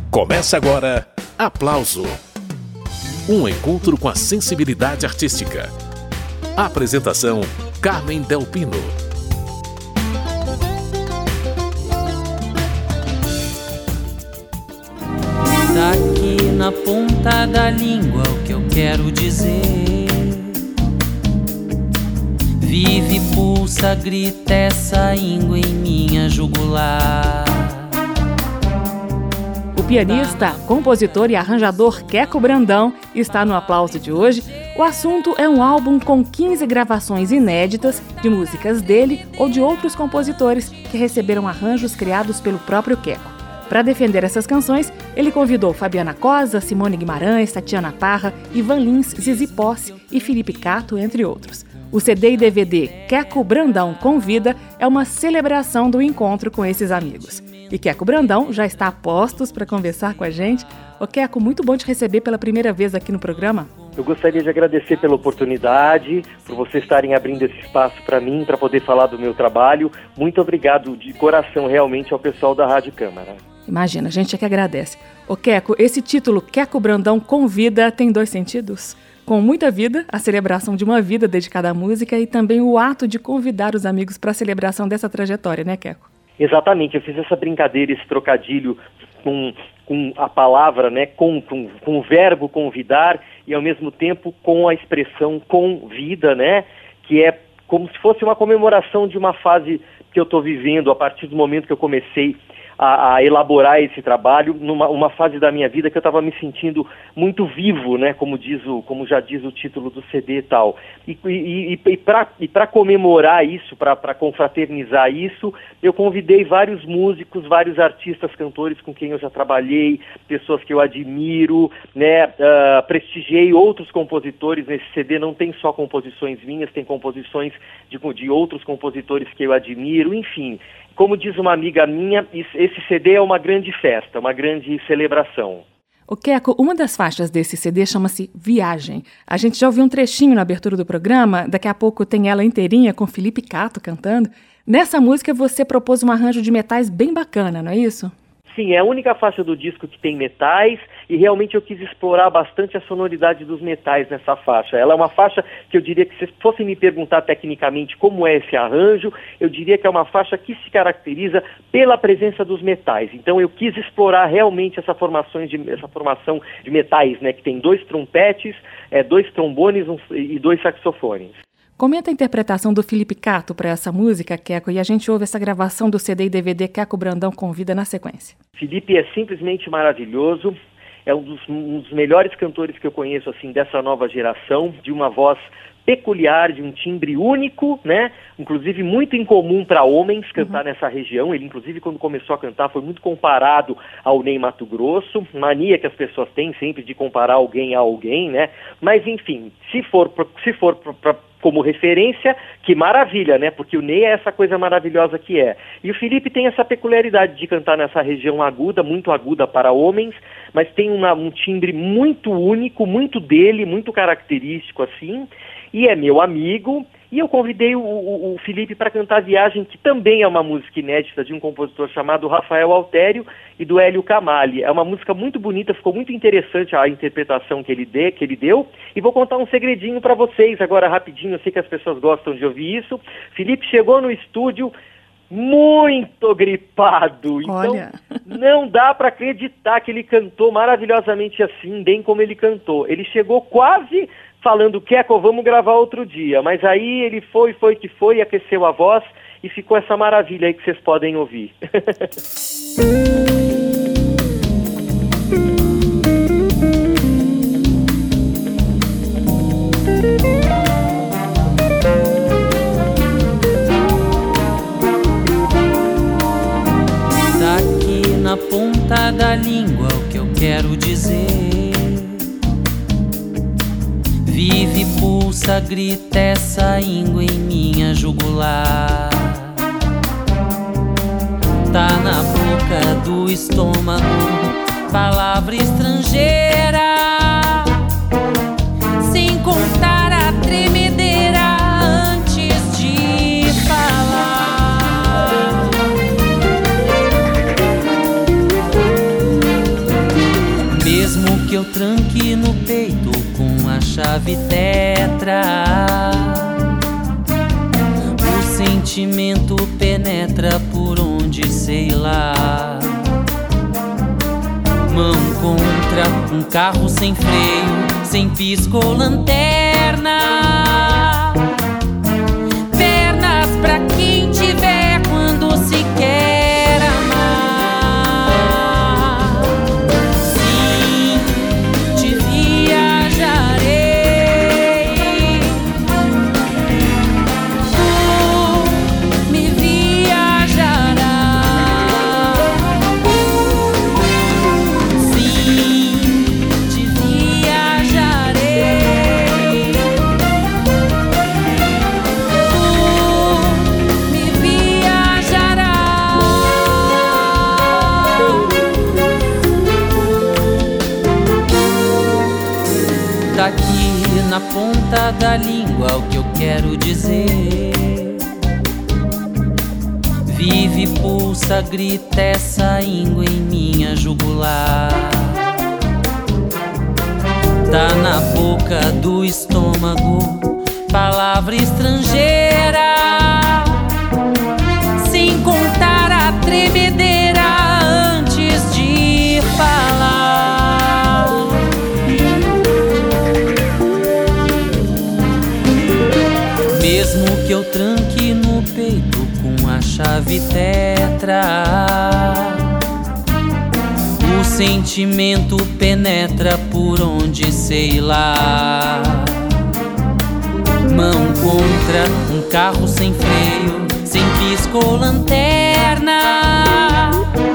Começa agora, Aplauso. Um encontro com a sensibilidade artística. Apresentação, Carmen Del Pino. Tá aqui na ponta da língua o que eu quero dizer. Vive, pulsa, grita essa íngua em minha jugular. O pianista, compositor e arranjador Queco Brandão está no Aplauso de hoje. O assunto é um álbum com 15 gravações inéditas de músicas dele ou de outros compositores que receberam arranjos criados pelo próprio Queco. Para defender essas canções, ele convidou Fabiana Cosa, Simone Guimarães, Tatiana Parra, Ivan Lins, Zizi Posse e Felipe Cato, entre outros. O CD e DVD Queco Brandão Convida é uma celebração do encontro com esses amigos. E Queco Brandão já está a postos para conversar com a gente. Ô Queco, muito bom te receber pela primeira vez aqui no programa. Eu gostaria de agradecer pela oportunidade, por vocês estarem abrindo esse espaço para mim, para poder falar do meu trabalho. Muito obrigado de coração realmente ao pessoal da Rádio Câmara. Imagina, a gente é que agradece. Ô Queco, esse título Queco Brandão Convida tem dois sentidos. Com muita vida, a celebração de uma vida dedicada à música e também o ato de convidar os amigos para a celebração dessa trajetória, né, Queco? Exatamente, eu fiz essa brincadeira, esse trocadilho com a palavra, né, com o verbo convidar e ao mesmo tempo com a expressão convida, né, que é como se fosse uma comemoração de uma fase que eu estou vivendo a partir do momento que eu comecei a elaborar esse trabalho, numa fase da minha vida que eu estava me sentindo muito vivo, né, como já diz o título do CD e tal. E para comemorar isso, para confraternizar isso, eu convidei vários músicos, vários artistas, cantores com quem eu já trabalhei, pessoas que eu admiro, né, prestigiei outros compositores. Nesse CD não tem só composições minhas, tem composições de outros compositores que eu admiro, enfim. Como diz uma amiga minha, esse CD é uma grande festa, uma grande celebração. O Queco, uma das faixas desse CD chama-se Viagem. A gente já ouviu um trechinho na abertura do programa, daqui a pouco tem ela inteirinha com Felipe Cato cantando. Nessa música você propôs um arranjo de metais bem bacana, não é isso? Sim, é a única faixa do disco que tem metais e realmente eu quis explorar bastante a sonoridade dos metais nessa faixa. Ela é uma faixa que eu diria que se fossem me perguntar tecnicamente como é esse arranjo, eu diria que é uma faixa que se caracteriza pela presença dos metais. Então eu quis explorar realmente essa formação de metais, né, que tem 2 trompetes, 2 trombones e 2 saxofones. Comenta a interpretação do Felipe Cato para essa música, Queco, e a gente ouve essa gravação do CD e DVD Queco Brandão Convida na sequência. Felipe é simplesmente maravilhoso, é um dos melhores cantores que eu conheço assim dessa nova geração, de uma voz peculiar, de um timbre único, né? Inclusive muito incomum para homens cantar nessa região. Ele, inclusive, quando começou a cantar, foi muito comparado ao Ney Matogrosso, mania que as pessoas têm sempre de comparar alguém a alguém, né? Mas, enfim, se for como referência, que maravilha, né? Porque o Ney é essa coisa maravilhosa que é. E o Felipe tem essa peculiaridade de cantar nessa região aguda, muito aguda para homens, mas tem um timbre muito único, muito dele, muito característico, assim, e é meu amigo. E eu convidei o Felipe para cantar Viagem, que também é uma música inédita de um compositor chamado Rafael Altério e do Hélio Camali. É uma música muito bonita, ficou muito interessante a interpretação que ele deu. E vou contar um segredinho para vocês agora rapidinho, eu sei que as pessoas gostam de ouvir isso. Felipe chegou no estúdio muito gripado, então Olha. Não dá para acreditar que ele cantou maravilhosamente assim, bem como ele cantou. Ele chegou quase falando, Queco, vamos gravar outro dia, mas aí ele foi, aqueceu a voz e ficou essa maravilha aí que vocês podem ouvir. Tá aqui na ponta da língua o que eu quero dizer. Vive, pulsa, grita essa íngua em minha jugular. Tá na boca do estômago, palavra estrangeira, sem contar a tremedeira antes de falar. que eu tranque no peito com a chave tetra, o sentimento penetra por onde sei lá. Mão contra um carro sem freio, sem pisco ou lanterna, pernas pra quem tiver quando se quer amar. Sim, te viajarei, tu me viajarás. Sim, te viajarei, tu me viajarás. Tá aqui na ponta da língua o que eu quero dizer. Vive, pulsa, grita essa íngua em minha jugular. Tá na boca do estômago, palavra estrangeira, sem contar a tremedeira antes de falar. Mesmo que eu tranque no peito com a chave tetra, o sentimento penetra por onde sei lá. Mão contra um carro sem freio, sem pisco ou lanterna,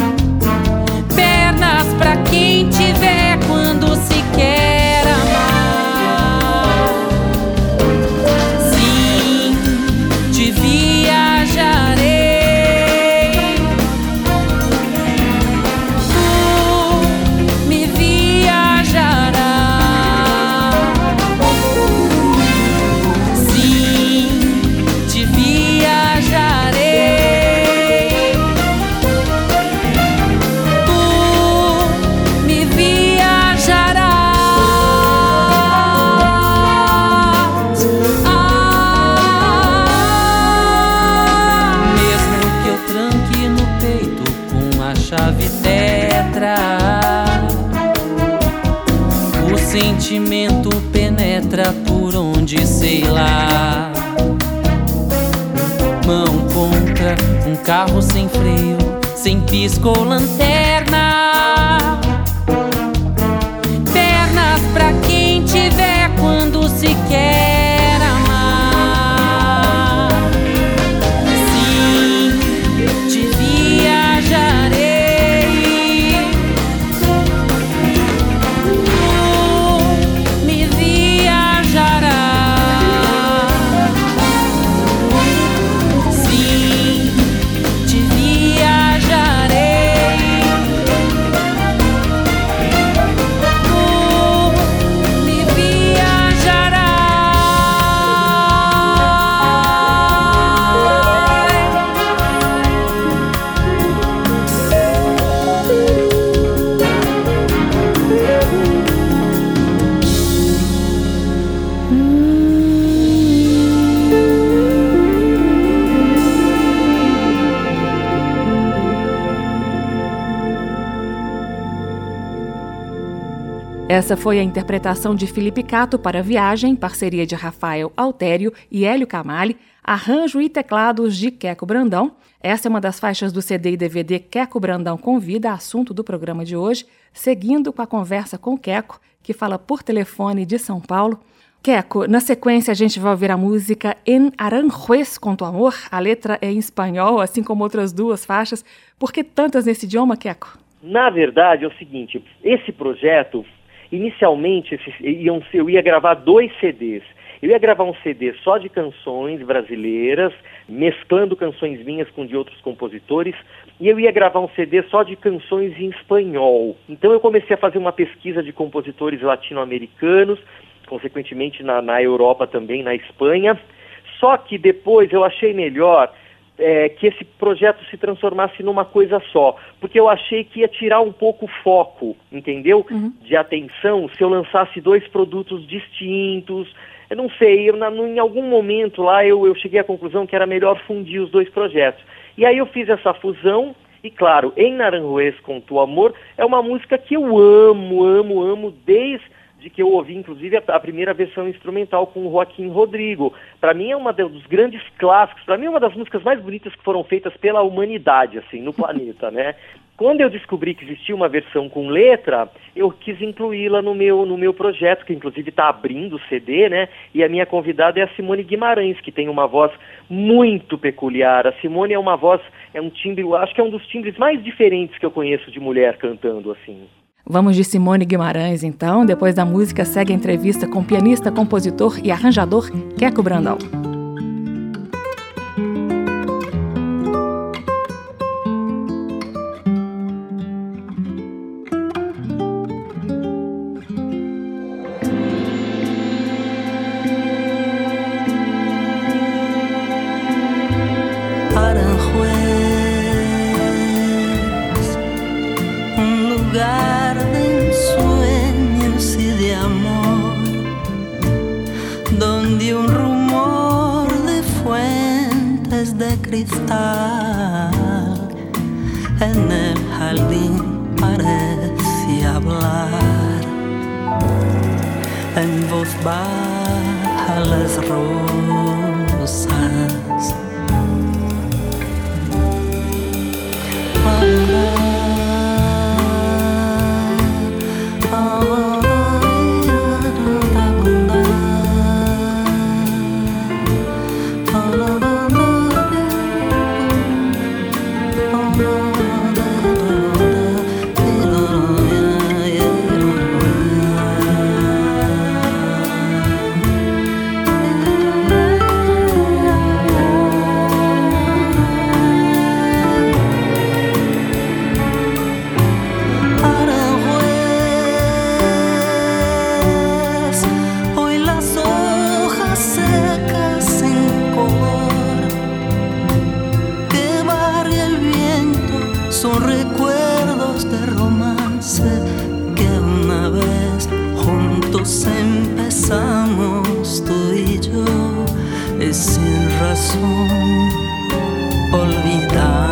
pernas pra quem tiver quando se quer amar. Sim, te viajarei, tu me viajarás. Sim, te viajarei, tu me viajarás. Mesmo que eu tranque no peito com a chave tetra, o sentimento penetra por onde sei lá. Mão contra um carro sem freio, sem pisco ou lanterna, pernas pra quem tiver quando se quer amar. Sim, te viajarei, tu me viajarás. Sim, te viajarei, tu me Essa foi a interpretação de Felipe Cato para Viagem, parceria de Rafael Altério e Hélio Camali, arranjo e teclados de Queco Brandão. Essa é uma das faixas do CD e DVD Queco Brandão Convida, assunto do programa de hoje, seguindo com a conversa com Queco, que fala por telefone de São Paulo. Queco, na sequência a gente vai ouvir a música En Aranjuez com tu amor. A letra é em espanhol, assim como outras duas faixas. Por que tantas nesse idioma, Queco? Na verdade é o seguinte, esse projeto, inicialmente eu ia gravar 2 CDs. Eu ia gravar um CD só de canções brasileiras, mesclando canções minhas com de outros compositores, e eu ia gravar um CD só de canções em espanhol. Então eu comecei a fazer uma pesquisa de compositores latino-americanos, consequentemente na Europa também, na Espanha. Só que depois eu achei melhor que esse projeto se transformasse numa coisa só, porque eu achei que ia tirar um pouco o foco, entendeu? De atenção, se eu lançasse 2 produtos distintos. Eu não sei, em algum momento lá eu cheguei à conclusão que era melhor fundir os 2 projetos. E aí eu fiz essa fusão, e claro, Em Naranjuez com Tu Amor é uma música que eu amo, desde que eu ouvi, inclusive, a primeira versão instrumental com o Joaquim Rodrigo. Para mim é uma dos grandes clássicos, para mim é uma das músicas mais bonitas que foram feitas pela humanidade, assim, no planeta, né? Quando eu descobri que existia uma versão com letra, eu quis incluí-la no meu projeto, que inclusive está abrindo o CD, né? E a minha convidada é a Simone Guimarães, que tem uma voz muito peculiar. A Simone é uma voz, é um timbre, acho que é um dos timbres mais diferentes que eu conheço de mulher cantando, assim. Vamos de Simone Guimarães, então. Depois da música, segue a entrevista com o pianista, compositor e arranjador Queco Brandão. Cristal en el jardín parece hablar en voz baja las rosas. Empezamos tú y yo, y sin razón olvidamos.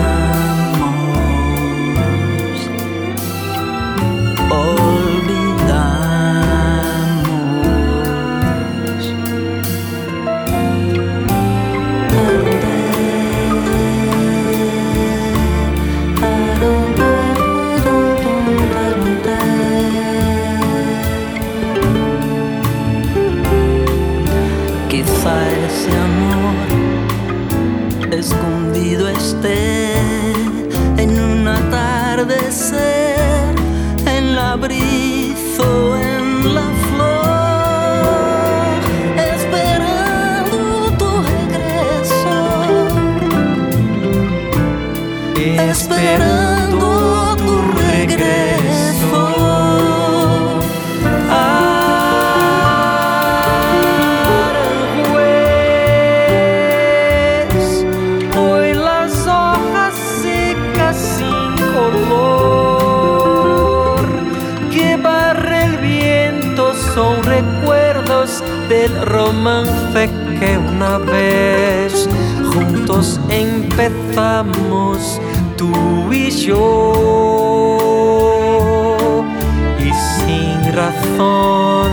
Ese amor escondido esté en un atardecer, en la brisa o en la flor, esperando tu regreso, esperando tu regreso. Son recuerdos del romance que una vez juntos empezamos tú y yo, y sin razón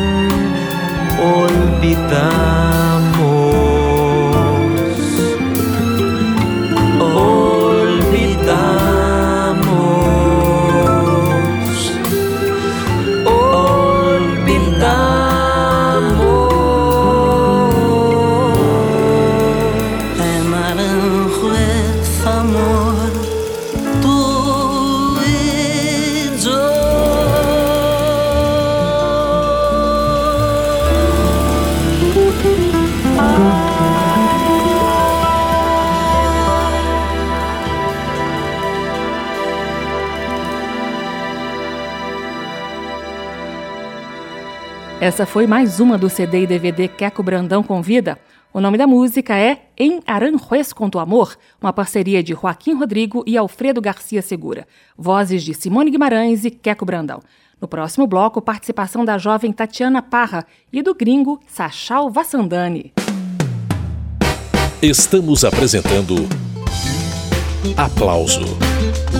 olvidamos. Essa foi mais uma do CD e DVD Queco Brandão Convida, O nome da música é Em Aranjuez com Tu Amor, uma parceria de Joaquim Rodrigo e Alfredo Garcia Segura. Vozes de Simone Guimarães e Queco Brandão. No próximo bloco, participação da jovem Tatiana Parra e do gringo Sachal Vassandani. Estamos apresentando Aplauso.